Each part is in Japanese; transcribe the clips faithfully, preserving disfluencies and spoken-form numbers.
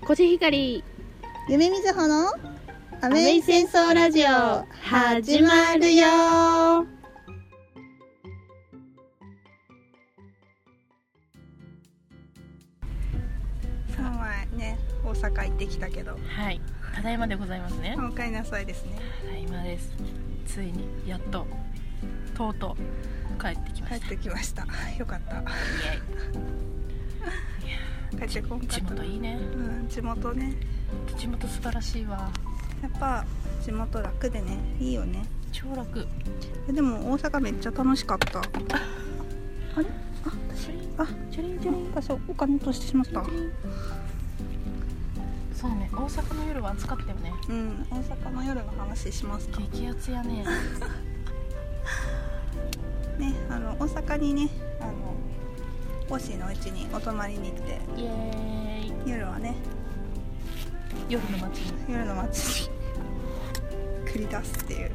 コシヒカリ夢みずほのアアメイ戦争ラジオ始まるよ。 その前ね大阪行ってきたけど、 はい、ただいまでございますね。 お帰りなさいですね。 ただいまです。ついにやっととうとう帰ってきました。 帰ってきました。よかった。 イエイ。 帰ってこんかった。 地元いいね。 うん、地元ね。 地元素晴らしいわ。 やっぱ地元楽でね、いいよね。 超楽。 でも大阪めっちゃ楽しかった。あれ？あ、 チュリンあ、 チュリンチュリン。 私お金落としてしまった。 そうね、大阪の夜は暑かったよね。 うん、大阪の夜の話しますか。 激アツやね。 ね、あの大阪にね、あのコッシーのうちにお泊まりに行って、 イエーイ。 夜はね、 夜の街に夜の街に繰り出すっていう。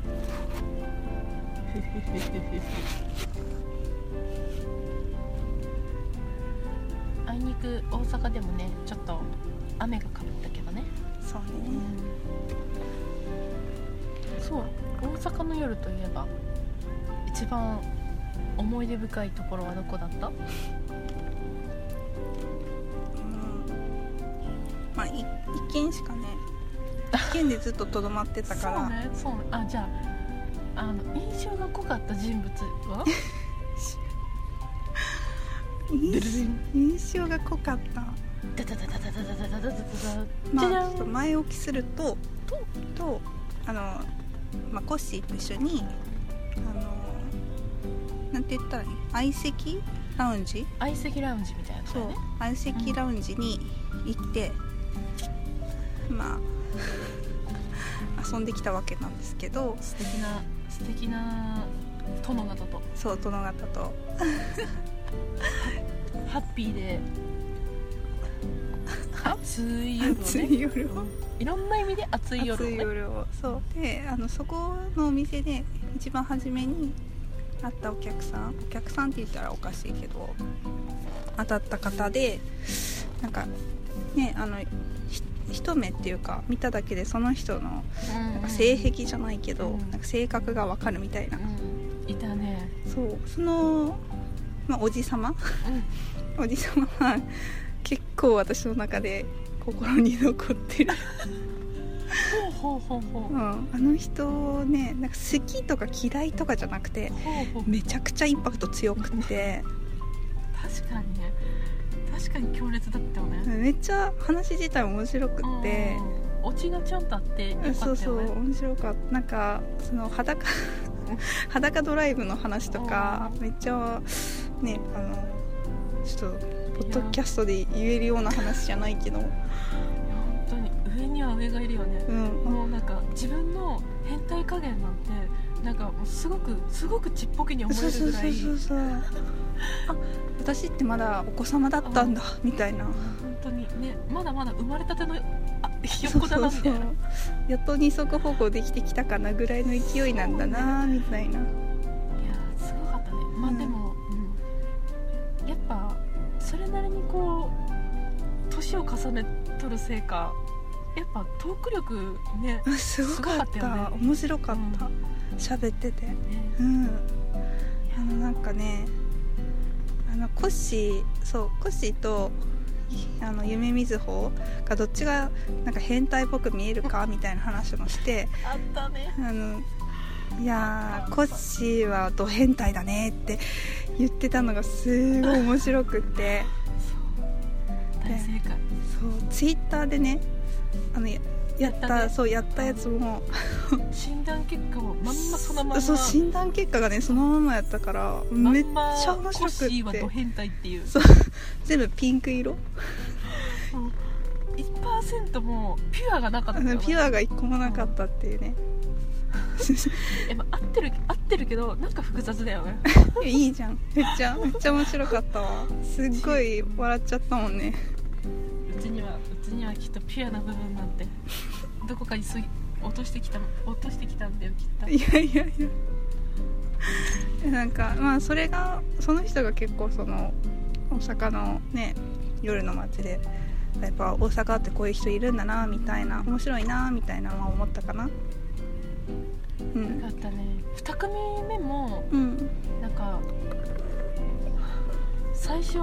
あいにく大阪でもね、ちょっと雨がかぶったけどね。 そうね、 うん、そう、大阪の夜といえば一番思い出深いところはどこだった？ うん、まあい一軒しかね、一軒でずっととどまってたからそうね、そうね。あ、じゃあ、あの印象が濃かった人物は印象が濃かった。 ダダダダダダダダダダダダ。 まあじゃじゃんちょっと前置きするとととあの、まあ、コッシーと一緒にあのなんて言ったらいい、相席ラウンジ、 相席ラウンジみたいなのそうね。 相席ラウンジに行って、うん、まあ遊んできたわけなんですけど、 素敵な素敵な殿方とそう殿方とハッピーで暑い夜をね、 暑い夜をいろんな意味で暑い夜を、ね、 暑い夜をそうで、あのそこのお店で一番初めに会ったお客さんお客さんって言ったらおかしいけど当たった方で、なんかね、あの一目っていうか見ただけでその人のなんか性癖じゃないけど、 うん、 なんか性格がわかるみたいな、 うん、いたね。 そうその、まあ、おじさま、うん、おじさまは結構私の中で心に残ってる。 ほうほうほうほう、 うん、あの人ね、なんか好きとか嫌いとかじゃなくて、 ほうほう、 めちゃくちゃインパクト強くて確かにね、確かに強烈だったよね。 めっちゃ話自体面白くて、 オチがちゃんとあってよかったよね。 そうそう面白かった。なんかその裸裸ドライブの話とかめっちゃね、あのちょっとポッドキャストで言えるような話じゃないけど、 本当に上には上がいるよね、 うん、 もうなんか自分の変態加減なんてなんかもうすごくすごくちっぽけに思えるぐらい、 そうそうそうそうあ、私ってまだお子様だったんだみたいな、 本当にね、まだまだ生まれたてのあひよっこだなみたいな、 そうそうそう、やっと二足歩行できてきたかなぐらいの勢いなんだなみたいな。いやすごかったね。まあでも、うん、やっぱそれなりにこう年を重ねとるせいか、やっぱトーク力ねすごかった、 すごかったよね。 面白かった喋、うん、ってて、ね、うん、あのなんかね、あのコッシーそうコッシーとあの夢みずほがどっちがなんか変態っぽく見えるかみたいな話もしてあったね。 あのいやーコッシーはド変態だねって言ってたのがすごい面白くって大正解。 そうツイッターでね、あの や, やった、やったそうやったやつも診断結果もまんまそのまま、 そう診断結果がねそのままやったからめっちゃ面白くって、 コッシーはド変態っていう、 そう全部ピンク色いちパーセント もピュアがなかったよね。 ピュアがいっこもなかったっていうね、 やっぱ合ってる合ってるけどなんか複雑だよね。 いいじゃん、めっちゃめっちゃ面白かったわ。すっごい笑っちゃったもんね。 うちにはうちにはきっとピュアな部分なんてどこかにすぎ落としてきた落としてきたんだよきっと。 いやいやいや、なんかまあそれがその人が結構その大阪のね夜の街でやっぱ大阪ってこういう人いるんだなみたいな、面白いなみたいなのは思ったかな。うん、 だったね。に組目も、 うん、 なんか最初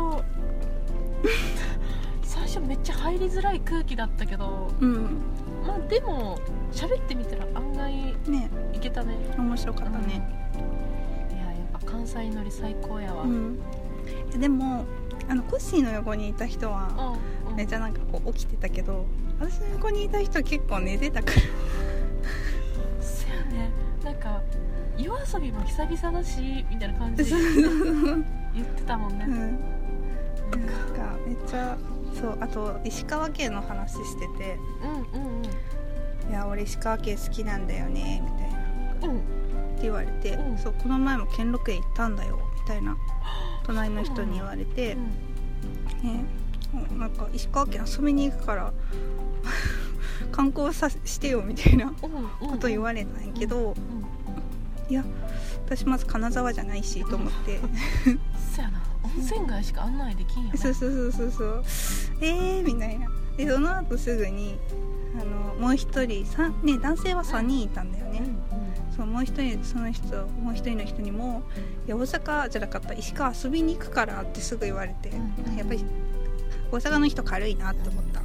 最初めっちゃ入りづらい空気だったけど、 うん、 まあでも喋ってみたら案外ねいけたね。 面白かったね、 うん、いややっぱ関西乗り最高やわ、うん、 でもあのコッシーの横にいた人は、うんうん、めっちゃなんかこう起きてたけど、私の横にいた人は結構寝てたからそやね、なんか夜遊びも久々だしみたいな感じで言ってたもんね、うん、 なんかめっちゃそう。あと石川県の話してて、うんうんうん、いや俺石川県好きなんだよねみたいな、うん、って言われて、うん、そうこの前も兼六園行ったんだよみたいな隣の人に言われて、うんね、なんか石川県遊びに行くから観光さしてよみたいなこと言われたんやけど、うんうんうん、いや私まず金沢じゃないしと思ってそやな、温泉街しか案内できんよね。 そうそうそうそうそうえーみたいな。でその後すぐにあのもう一人さ、ね、男性はさんにんいたんだよね、うんうん、そうもう一人その人もう一人の人にもいや大阪じゃなかった石川遊びに行くからってすぐ言われて、うんうん、やっぱり大阪の人軽いなって思った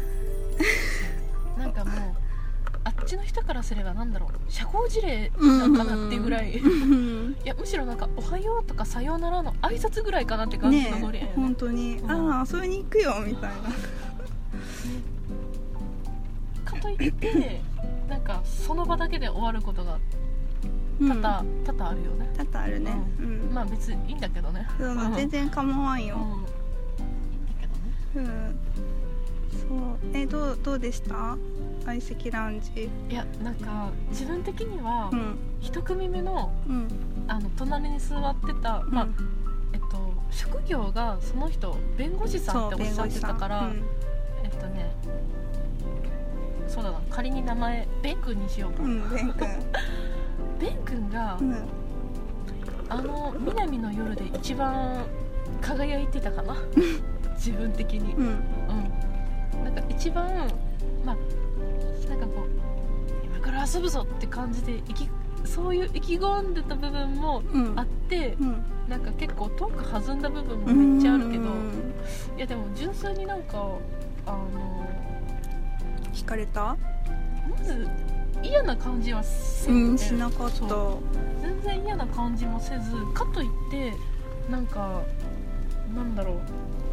なんかもうあっちの人からすればなんだろう、社交辞令なんかなっていうぐらい、うん、いやむしろなんかおはようとかさようならの挨拶ぐらいかなって感じのノリやよね。 本当に、うん、ああ遊びに行くよみたいなかといってなんかその場だけで終わることが多々、うん、多々あるよね。 多々あるね、 うんうん、まあ別にいいんだけどね。 そう、うん、全然構わんよ、うん、いいんだけどね、うん、そうえどう、どうでした相席ラウンジ。 いやなんか自分的には、うん、一組目の、うん、あの隣に座ってた、うんまあえっと、職業がその人弁護士さんっておっしゃってたから、うん、えっとねそうだな、仮に名前ベン君にしようか、うん、ベン君ベン君が、うん、あの南の夜で一番輝いてたかな自分的に、うんうん、なんか一番まあなんかこう今から遊ぶぞって感じで意気そういう意気込んでた部分もあって、うんうん、なんか結構遠く弾んだ部分もめっちゃあるけど、いやでも純粋になんかあの惹かれた？ まず嫌な感じはせず、 うん、しなかった。 全然嫌な感じもせず、かといってなんかなんだろう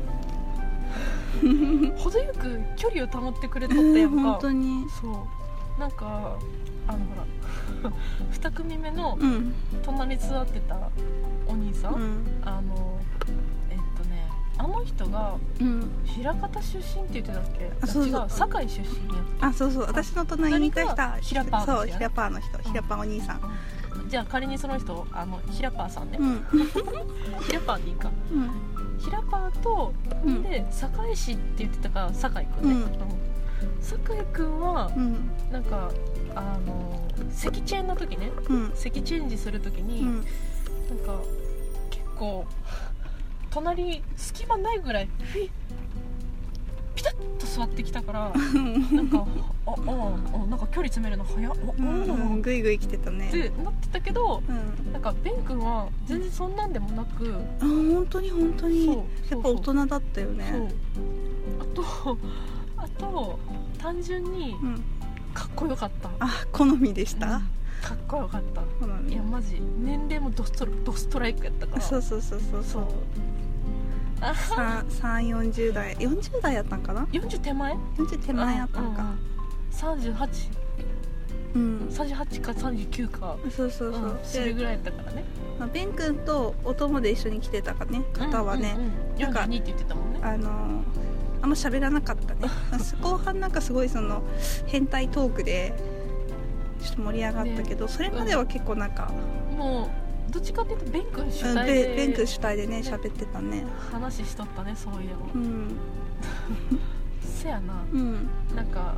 程よく距離を保ってくれとったやんか、えー、 本当にそうなんかあのほらに組目の隣に座ってたお兄さん、うん、あのえっとねあの人が枚方出身って言ってたっけ？あ、そうそう、違う、堺出身やっあ、そうそう、私の隣にいた人ヒラパーの人、 そう、ヒラパーの人、ヒラパーお兄さん、 うん、じゃあ仮にその人あのヒラパーさんね、うん、ヒラパーでいいか、うんヒラパーと、うん、で堺市って言ってたから堺くんね、うん、堺くんは、うん、なんかあの席チェンの時ね、うん、席チェンジする時に、うん、なんか結構隣隙間ないぐらいピタッと座ってきたからなんかあああなんか距離詰めるの早っ、 うんうん、グイグイ来てたねってなってたけど、うん、なんかベン君は全然そんなんでもなく、 あ本当に本当にやっぱ大人だったよね。 そうあとあと単純にかっこよかった、うん、あ好みでした、うん、 かっこよかった。いやマジ年齢もドストラ、ドストライクやったから。 そうそうそうそうそうさん、よんじゅう代よんじゅう代やったんかな。 よんじゅう手前よんじゅう手前やったんか、うんうん、 さんじゅうはち、うん、さんじゅうはちかさんじゅうきゅうか、 そうそうそう、うん、 それぐらいやったからね。 まあ、ベン君とお供で一緒に来てたかね方はね、 うんうんうん、よんじゅうにって言ってたもんね。 あのー、あんま喋らなかったね後半なんかすごいその変態トークでちょっと盛り上がったけど、ね、それまでは結構なんか、 うん、もうどっちかっていうとベン君主体で、 うん、ベン君主体でね喋ってたね。 話しとったね、そういえば、 うん、 せやな、 うん、 なんか、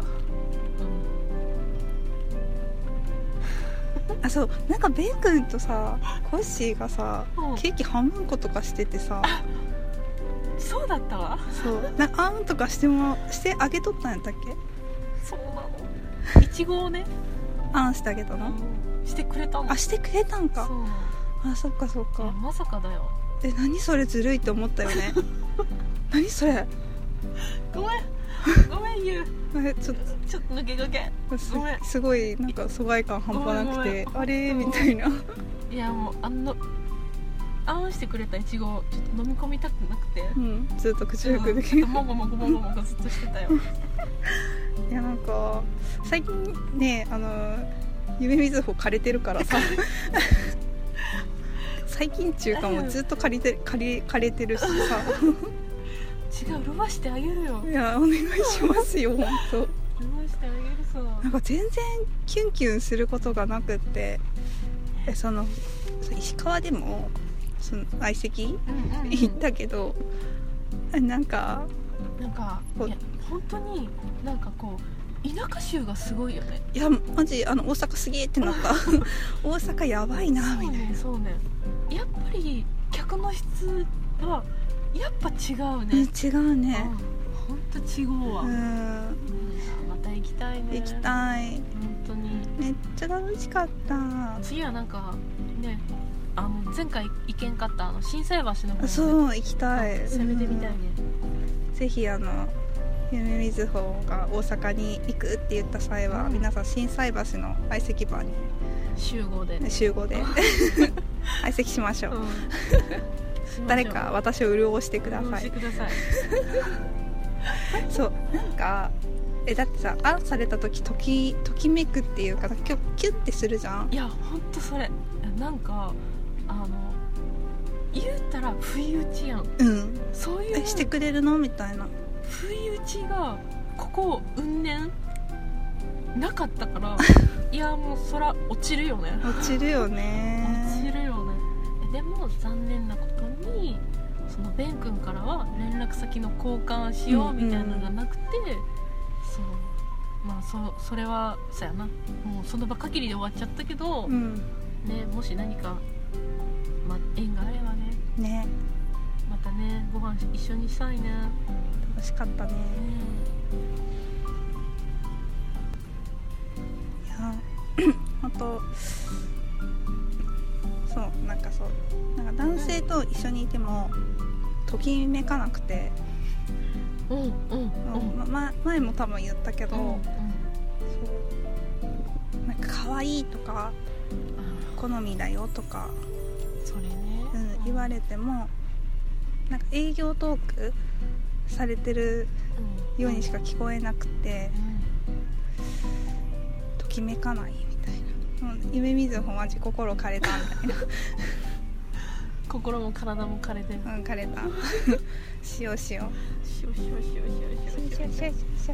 うん、あそうなんかベン君とさコッシーがさ、うん、ケーキ半分ことかしててさそうだったわ。 そうなあんとかしてもしてあげとったんやったっけ。 そうなの。いちごをねあんしてあげたの、 うん、してくれたの。 あしてくれたんか。 そうあそっかそっか。 まさかだよ。 え何それずるいって思ったよね何それ。 ごめんごめんゆうえちょっとちょっと抜けがけす, ごめんすごいなんか疎外感半端なくてあれみたいな。 いやもうあのあんしてくれたいちごちょっと飲み込みたくなくて、 うん、ずっと口の中でちょっともごもごもごもごずっとしてたよいやなんか最近ねあの夢みずほ枯れてるからさ最近中華もずっと枯れて枯れ枯れてるしさ違う、伸ばしてあげるよ。 いやお願いしますよ本当。 伸ばしてあげるさ。 なんか全然キュンキュンすることがなくってえその石川でもその相席、うんうんうん、行ったけどなんかなんかいや本当になんかこう田舎臭がすごいよね。 いやマジあの大阪すげえってなった大阪やばいなみたいな。 そうねそうね。やっぱり客の質はやっぱ違うね。 違うね。 ほんと違うわ。うん。また行きたいね。 行きたい。 本当に。 めっちゃ楽しかった。 次はなんかね、あの前回行けんかったあの心斎橋の方、ね、 そう行きたい。 攻めてみたいね。 ぜひあの夢みずほが大阪に行くって言った際は、うん、皆さん心斎橋の相席バーに集合で、ね、 集合で相席しましょう。うん誰か私を潤してください。 してくださいそうなんかえだってさあんされた時ときときめくっていうかキュキュッてするじゃん。 いやほんとそれなんかあの言うたら不意打ちやん。 うんそういうえしてくれるのみたいな不意打ちがここうん年なかったからいやもうそら落ちるよね。 落ちるよね落ちるよね。でも残念なことにそのベン君からは連絡先の交換しようみたいなのがなくて、うんうん、そうまあ そ, それはそうやなもうその場限りで終わっちゃったけど、うん、ねもし何か、まあ、縁があればねねまたねご飯一緒にしたいね。 楽しかったね、うん、いやほんとそうなんかそうなんか男性と一緒にいてもときめかなくて、 うんうんうんま、前も多分言ったけど、うんうん、そうなんか可愛いとか好みだよとかそれね、 うん、言われてもなんか営業トークされてるようにしか聞こえなくて、うん、ときめかないみたいな。もう夢みずほマジ心枯れたみたいな心も体も枯れてる。 うん枯れた塩塩塩塩塩塩塩塩塩塩塩塩塩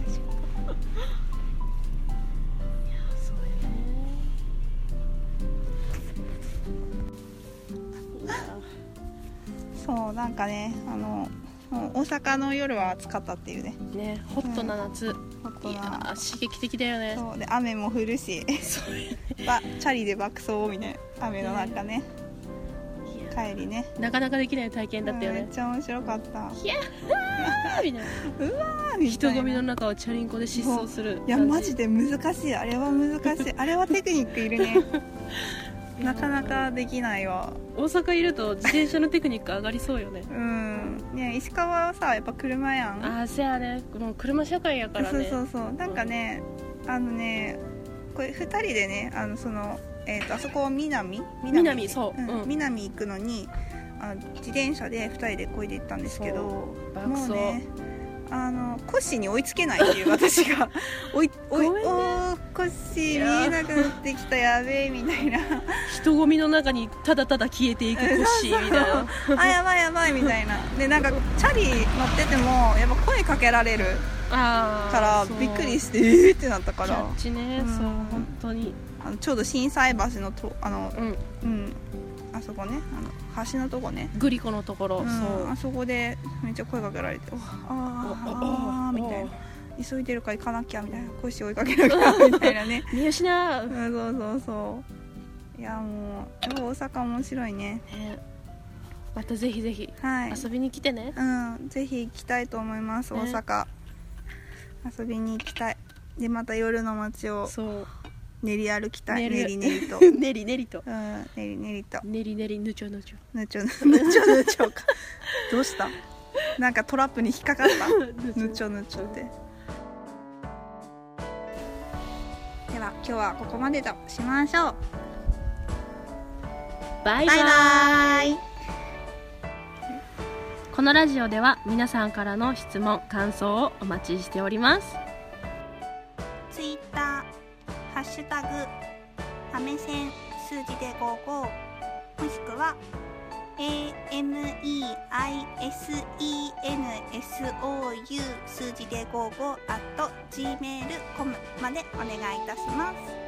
そうなんかねあの大阪の夜は暑かったっていうね。 ねホットな夏、うん、ホットないや刺激的だよね。 そうで雨も降るしそうねばチャリで爆走みたいな雨の中ね帰りねなかなかできない体験だったよね、 うん、めっちゃ面白かった。 ひゃーみたいなうわーみたいな人混みの中をチャリンコで疾走する。 いやマジで難しい。あれは難しいあれはテクニックいるねなかなかできないわ。 大阪いると自転車のテクニック上がりそうよねうんね石川はさやっぱ車やん。 ああせやねもう車社会やからね。 そうそうそうなんかね、うん、あのねこれふたりでねあのそのえー、とあそこ南南, 南そう、 うんうん、南行くのにあの自転車でふたりで漕いで行ったんですけどもうねあのコッシーに追いつけないっていう私がおいおいおーコッシー見えなくなってきたやべえみたいな人混みの中にただただ消えていくコッシーみたいなあやばいやばいみたいなでなんかチャリ乗っててもやっぱ声かけられるからびっくりしてえーってなったからキャッチね、うん、そう本当にあのちょうど心斎橋のとあの、うんうん、あそこねあの橋のとこねグリコのところ、 うん、 そうあそこでめっちゃ声かけられてああみたいな急いでるから行かなきゃみたいなコッシー追いかけなきゃみたいなね見失う、 うん、そうそうそういやもう大阪面白いね、 ねまたぜひぜひはい遊びに来てね。 うんぜひ行きたいと思います、 ね大阪遊びに行きたい。でまた夜の街をそう練り歩きたい。練り練りと練り練りとうん練り練りと練り練りぬちょぬちょぬちょぬちょぬちょかどうしたなんかトラップに引っかかったぬちょぬちょって。では今日はここまでとしましょう。 バイバイ。 バイバイ。 このラジオでは皆さんからの質問感想をお待ちしております。 ツイッターハッシュタグアメセン数字でごじゅうごもしくは エーエムイーアイエスイーエヌエスオーユー 数字でごじゅうご アットジーメールドットコム までお願いいたします。